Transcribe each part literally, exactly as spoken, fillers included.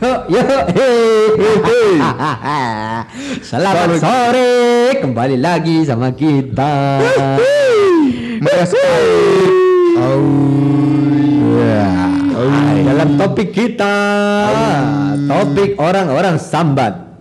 Yo yo hehehe. Selamat sore, kembali lagi sama kita. Mas Oh, dalam topik kita, topik orang-orang sambat.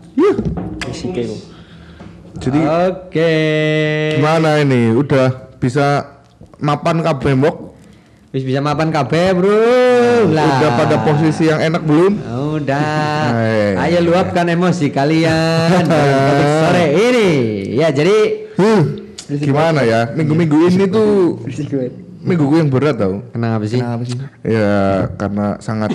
Jadi Oke. gimana ini? Udah bisa mapan kabeh mbok? Wis bisa mapan kabeh, Bro. Lah. Udah pada posisi yang enak belum? Udah. Hai. Ayo luapkan emosi kalian dalam topik sore ini. Ya, jadi Huh, gimana ya? Minggu-minggu ini tuh minggu yang berat tau. kenapa sih? Kenapa sih? Ya karena sangat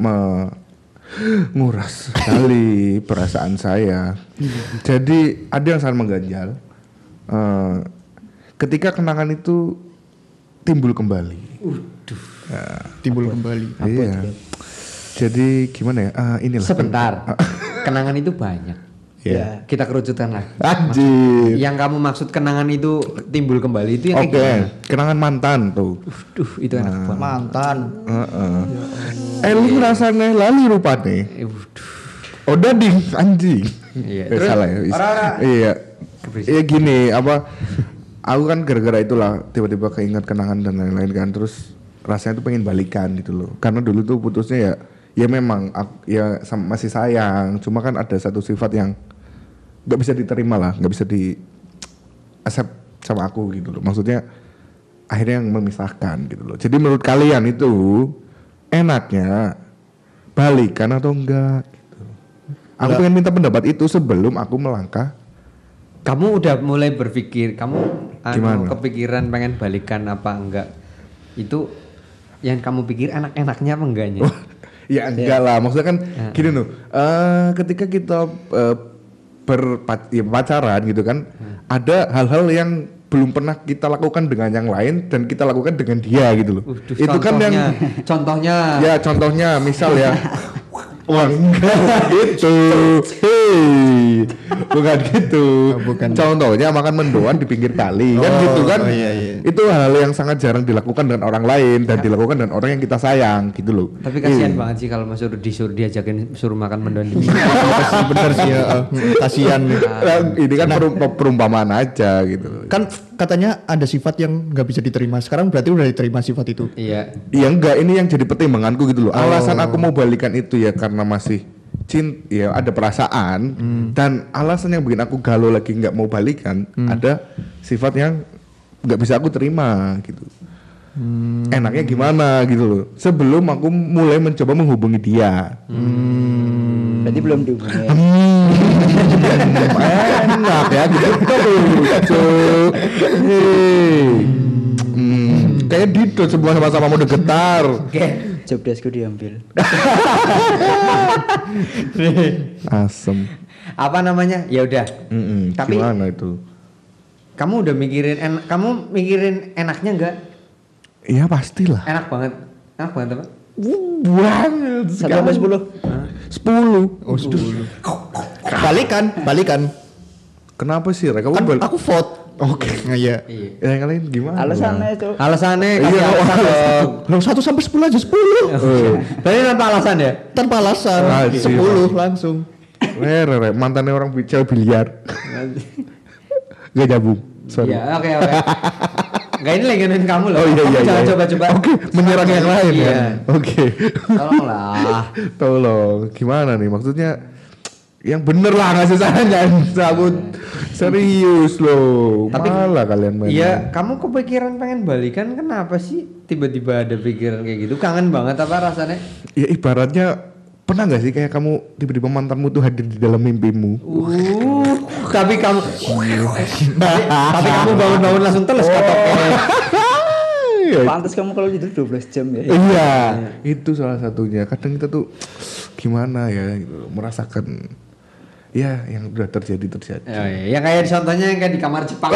menguras sekali perasaan saya. Jadi ada yang sangat mengganjal. Eh, ketika kenangan itu timbul kembali. Timbul kembali. Iya. Jadi gimana ya? Ah, inilah. Sebentar. Kenangan itu banyak. Ya. Kita kerucutkan lagi. Anjir. Yang kamu maksud kenangan itu timbul kembali itu yang Oke, kayak gimana? kenangan mantan tuh. Duh, itu enak banget. Mantan. Heeh. Eh lu rasanya lali rupane. Eh, waduh. Oh ding anjing. Iya. Eh, Terus, salah ya. ora-ora. Iya. Keberisik. Iya gini, apa aku kan gara-gara itulah tiba-tiba keinget kenangan dan lain-lain kan, terus rasanya tuh pengen balikan gitu loh. Karena dulu tuh putusnya ya ya memang aku, ya sam- masih sayang, cuma kan ada satu sifat yang nggak bisa diterima lah, nggak bisa di accept sama aku gitu loh. Maksudnya akhirnya yang memisahkan gitu loh. Jadi menurut kalian itu enaknya balikan atau enggak gitu. Aku Enggak. pengen minta pendapat itu sebelum aku melangkah. Kamu udah mulai berpikir, kamu anu, Gimana? kepikiran pengen balikan apa enggak? Itu yang kamu pikir enak-enaknya apa enggaknya? Ya enggak lah, maksudnya kan gini loh. eh, ketika kita eh, berpac- ya, pacaran gitu kan, ada hal-hal yang belum pernah kita lakukan dengan yang lain dan kita lakukan dengan dia gitu loh. Waduh, Itu kan yang contohnya- contohnya ya contohnya misal ya. Wah enggak gitu. Hei, bukan gitu. Oh, bukan. Contohnya makan mendoan di pinggir kali kan Oh, gitu kan. oh, iya, iya. Itu hal yang sangat jarang dilakukan dengan orang lain dan dilakukan dengan orang yang kita sayang gitu loh. Tapi kasihan Iya. banget sih kalau masuk disuruh diajakin suruh makan mendoan di pinggir. Bener sih ya. eh, Kasihan. Nah, ini kan perum- perumpamaan aja gitu loh. Kan katanya ada sifat yang nggak bisa diterima. Sekarang berarti udah diterima sifat itu. Iya. Iya enggak, ini yang jadi pertimbanganku gitu loh. Alasan aku mau balikan itu ya karena masih cinta, ya ada perasaan dan alasan yang bikin aku galau lagi nggak mau balikan ada sifat yang nggak bisa aku terima gitu. Enaknya gimana gitu loh. Sebelum aku mulai mencoba menghubungi dia. Berarti belum dihubungi. Enak ya gitu. Cuk. Hei. Hmm, kayak didot semua sama-sama mau getar. Oke. Job deskku diambil. Asem. Apa namanya? Ya udah. Mm-mm, Tapi- gimana itu? Kamu udah mikirin en kamu mikirin enaknya enggak? Iya pastilah. Enak banget. Enak banget apa? Banget. Satu sampai sepuluh. Sepuluh. Oh, sepuluh. Balikan, balikan. Kenapa sih? Rek? Kamu Kan bal- aku vote. Oke. Nah, iya. Iya. Yang lain gimana? Alasannya itu. Alasannya kasih Iya, alasan dong. Lo satu sampai sepuluh aja sepuluh. Berarti tanpa alasan ya? Tanpa alasan. Ah, iya. Sepuluh langsung. Eh, Rek, mantannya orang bi- cewek biliar. Gak nyambung. Sorry. Iya, oke oke. Enggak ini lagi nginin kamu loh. Oh iya Kamu iya. Jangan iya. coba-coba. Oke, menyerang yang lain Iya. ya. Oke. Tolonglah. Tolong, gimana nih? Maksudnya yang bener lah ngasih sarannya. Aku serius loh. Tapi- Malah kalian main. Iya, kamu kepikiran pengen balikan kenapa sih? Tiba-tiba ada pikiran kayak gitu. Kangen banget apa rasanya? Ya ibaratnya pernah nggak sih kayak kamu tiba-tiba mantanmu tuh hadir di dalam mimpimu? Uh, tapi kamu tapi, tapi kamu bangun-bangun langsung teles katoknya. Iya. Pantas kamu kalau tidur dua belas jam ya. Iya, itu salah satunya. Kadang kita tuh gimana ya, gitu, merasakan ya yang udah terjadi terjadi. Oh, iya. Ya kayak contohnya yang kayak di kamar Jepang.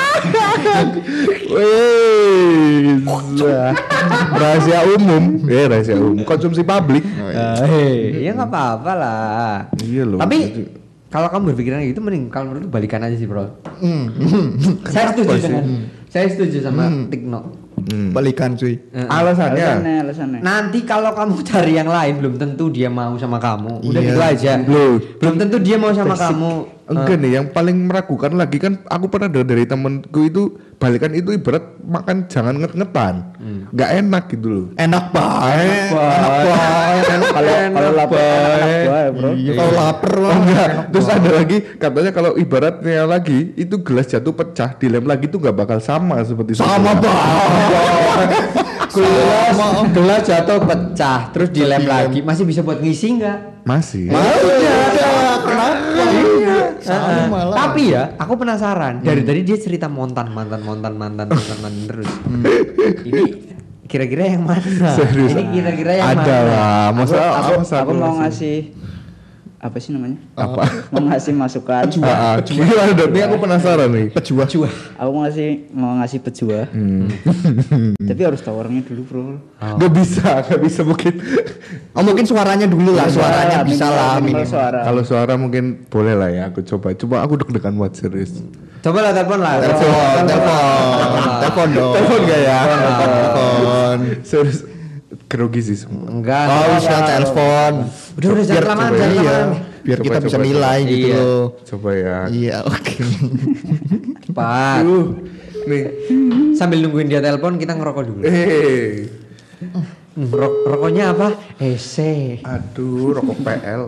Wih, rahasia umum, ya rahasia umum, konsumsi publik. Hei, ya nggak apa-apa lah. Iya loh. Tapi jadi- kalau kamu berpikiran gitu mending kalau menurut balikan aja sih bro. Saya setuju dengan, saya setuju sama Tikno. Hmm. balikan cuy. Alasannya Alasannya, alasannya. Nanti kalau kamu cari yang lain belum tentu dia mau sama kamu. Udah Iya. gitu aja. Loh. Belum tentu dia mau sama Basic. kamu. enggak nih, yang paling meragukan lagi kan aku pernah dengar dari temenku itu balikan itu ibarat makan jangan nget-ngetan. Nggak enak gitu loh. Enak banget. Enak banget. Enak Kalau kalau lapar enak banget, bro. Iya, kalau lapar Oh lah. enggak, enak terus banget. ada lagi katanya kalau ibaratnya lagi itu gelas jatuh pecah dilem lagi tuh nggak bakal sama seperti Sama semula. banget. Gelas, gelas jatuh pecah, terus dilem lagi, masih bisa buat ngisi nggak? Masih. Udah, kenapa? Sama Heeh. malah. Tapi ya, aku penasaran. Dari tadi dia cerita montan, mantan, montan, mantan, mantan, mantan terus. Ini kira-kira yang mana? Serius? Ini kira-kira yang Ada mana? lah, Aku, masa aku, masa aku mau masih- ngasih apa sih namanya? apa? Mau ngasih masukan. Ah, ah, gimana dong? Ini aku penasaran nih. Pejuah. Pejuah. Aku mau ngasih mau ngasih pejuah. Hmm. Tapi harus tahu orangnya dulu, bro. Gak bisa, gak bisa mungkin. Oh mungkin suaranya dulu lah, suaranya bisa lah minimal minimal. suara. Kalau suara mungkin boleh lah ya, aku coba. Coba aku deg-degan buat serius. Coba lah telepon lah. Telepon, telepon, telepon dong. Telepon gak ya? Telepon. Serius grogi sih semua. Enggak. Oh, enggak, bisa enggak. telepon. Udah udah jangan Biar kelamaan, coba jangan ya. kelamaan. Biar Coba, kita bisa coba, nilai coba. gitu Iya. loh. Coba ya. Iya, oke. Cepat. Aduh, nih. Sambil nungguin dia telepon kita ngerokok dulu. Eh, Hmm, ro- rokoknya apa? Ese. aduh, rokok P L.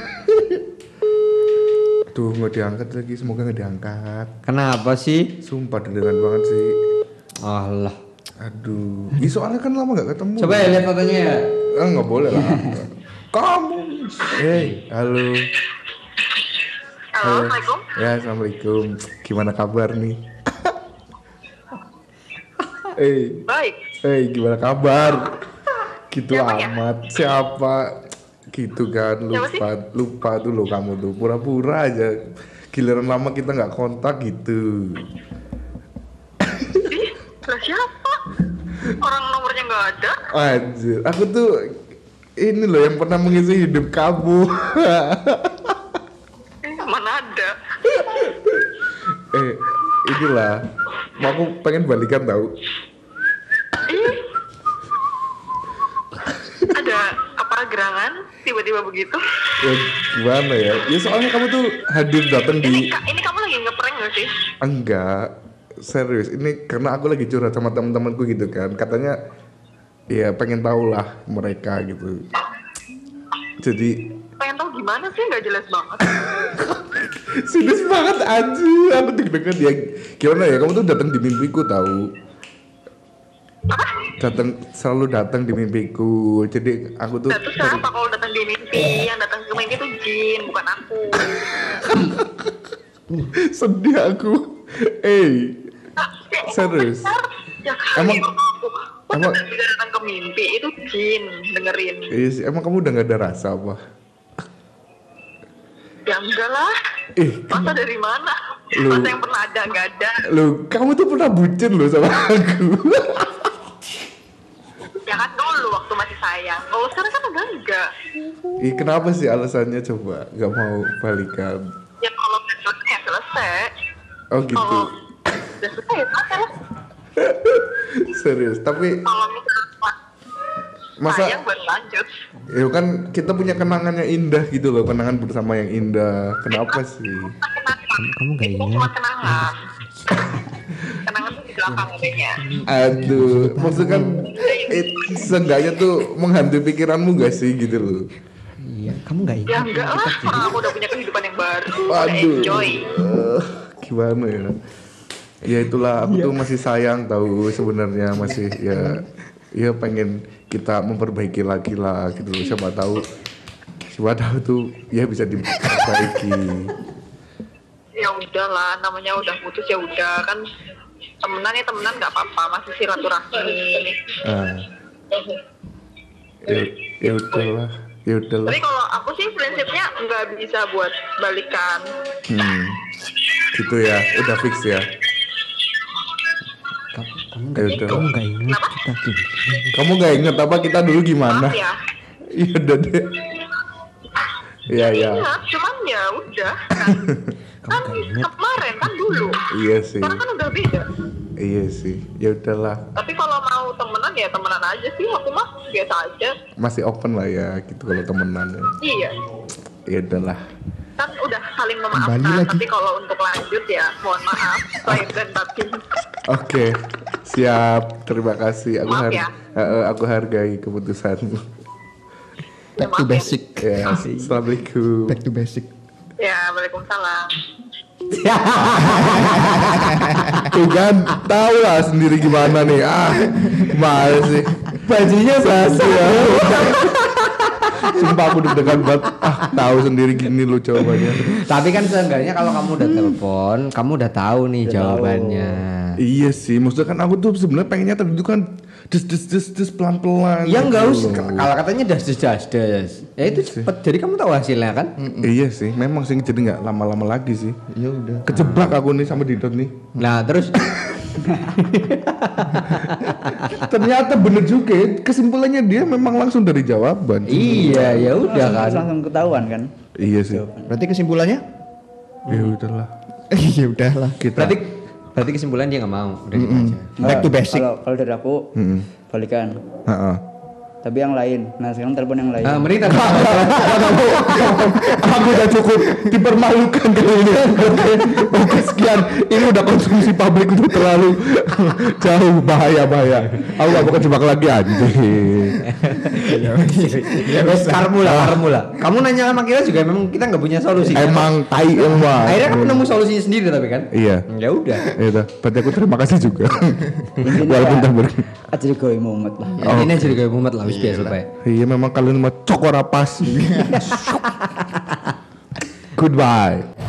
Aduh, nggak diangkat lagi. Semoga nggak diangkat. Kenapa sih? Sumpah deg-degan banget sih. Allah. Aduh, Ih, soalnya kan lama nggak ketemu. Coba ya lihat fotonya ya. Eh, nggak boleh lah. Kamu. Hey, halo. Halo, Assalamualaikum. Ya, assalamualaikum. Gimana kabar nih? Eh, Baik. hey, gimana kabar? Gitu Siapanya? amat. Siapa? Gitu kan, Siapa sih? lupa, lupa tuh lo kamu tuh. Pura-pura aja. Giliran lama kita nggak kontak gitu. Ih, lah siapa? Orang nomornya nggak ada. Anjir, aku tuh ini loh yang pernah mengisi hidup kamu. Eh, mana ada? eh, inilah. Aku pengen balikan tahu. Ih. Ada apa gerangan? Tiba-tiba begitu? Ya gimana ya? Ya soalnya kamu tuh hadir datang Ini, di ka- ini kamu lagi ngeprank nggak sih? enggak serius. Ini karena aku lagi curhat sama teman-temanku gitu kan. Katanya ya pengen tahu lah mereka gitu. Jadi Pengen tahu gimana sih? Nggak jelas banget. serius banget anjir. Aku deg-degan ya. Gimana ya? Kamu tuh datang di mimpiku tahu. Datang selalu datang di mimpiku. Jadi aku tuh Nah, terus kenapa kalau datang di mimpi? Yang datang ke mimpi itu jin, bukan aku. sedih aku. Eh, Nah, ya, serius. benar. Ya kali Emang- aku. emang- Benar bisa datang ke mimpi itu jin, dengerin. Iya sih, emang kamu udah gak ada rasa apa? Ya enggak lah. Eh, Masa dari mana? Lu- Masa yang pernah ada nggak ada? Loh, kamu tuh pernah bucin loh sama aku. Ya kan dulu waktu masih sayang. Kalau sekarang kan udah enggak. Ih, kenapa sih alasannya coba gak mau balikan? Ya kalau udah selesai ya selesai. Oh gitu. Kalau udah selesai ya selesai lah. Serius, tapi Kalau misalnya masa sayang baru lanjut. ya kan kita punya kenangan yang indah gitu loh, kenangan bersama yang indah. Kenapa sih? Kenangan. Kamu nggak Itu ingat? cuma kenangan. Kenangan tuh di belakang adanya. Aduh, maksudnya kan eh, seenggaknya tuh menghantui pikiranmu gak sih gitu loh. Iya, kamu nggak Ya ingat? enggak lah. Orang aku udah punya kehidupan yang baru. Udah Aduh. enjoy. Eh, gimana ya? Ya itulah aku tuh masih sayang tahu sebenarnya masih ya ya pengen kita memperbaiki lagi lah gitu loh. Siapa tahu siapa tahu tuh ya bisa diperbaiki. Ya udahlah, namanya udah putus ya udah kan. Temenan ya temenan nggak apa-apa, masih silaturahmi. Ah, ya, ya udahlah, ya udahlah. Tapi kalau aku sih prinsipnya nggak bisa buat balikan. Hmm, gitu ya, udah fix ya. Kamu, kamu Ya nggak udah. kamu nggak ingat Kenapa? kita gini. Kamu gak inget apa kita dulu gimana? Maaf ya. Iya udah deh. Iya ya. Iya, cuman ya udah kan. Kamu Kan nggak ingat? kemarin kan dulu. Iya sih. Sekarang kan udah beda. Iya sih, ya udahlah. Tapi kalau mau temenan ya temenan aja sih, aku mah biasa aja. Masih open lah ya gitu kalau temenan. Ya. Iya. Ya udahlah. Kan udah saling Kembali memaafkan, lagi. tapi kalau untuk lanjut ya mohon maaf, lahir dan batin. Oke, siap. Terima kasih. Aku Maaf har- ya. eh, eh, aku hargai keputusanmu. Back to Maaf ya. basic. Ya, assalamualaikum. Back to basic. Ya, waalaikumsalam. Tuh kan, tahu lah sendiri gimana nih. Ah, gimana sih? Bajunya basah. Sumpah aku deg-degan banget. Ah, tahu sendiri gini lo jawabannya. Tapi kan seenggaknya kalau kamu udah telepon, kamu udah tahu nih jawabannya. Iya sih, maksudnya kan aku tuh sebenarnya pengennya tadi itu kan des des des des pelan-pelan. Ya enggak gitu usah. loh. Kalau katanya das das das das. Ya itu cepet. Jadi kamu tahu hasilnya kan? Iya sih, memang sih jadi nggak lama-lama lagi sih. Ya udah. Kejebak aku nih sama Didot nih. Nah terus Ternyata bener juga. ya, Kesimpulannya dia memang langsung dari jawaban. iya ya udah Langsung, kan. langsung ketahuan kan. Iya sih. Berarti kesimpulannya? Ya udahlah. Ya udahlah. Kita. Berarti berarti kesimpulan dia nggak mau. Udah gitu aja. Back to Nggak, basic. Kalau kalau dari aku Mm-mm. balikan. Ha-ha. Tapi yang lain. Nah sekarang telepon yang lain. Ah, mending tadi. Aku udah cukup dipermalukan kali ini. Oke, oke sekian. Ini udah konsumsi publik udah terlalu jauh, bahaya bahaya. Aku gak mau kejebak lagi anjing. Ya wes karmu lah, karmu lah. Kamu nanya sama kita juga memang kita nggak punya solusi. kan? Emang tai emang. Akhirnya kamu nemu solusinya sendiri tapi kan? Iya. Ya udah. Ya udah, berarti aku terima kasih juga. Intinya Walaupun ya, tak ber. ajri goy mumet lah. Ya, ini jadi kayak mumet lah, wis biasa bae. Iya memang kalian mah cokora pas. Goodbye.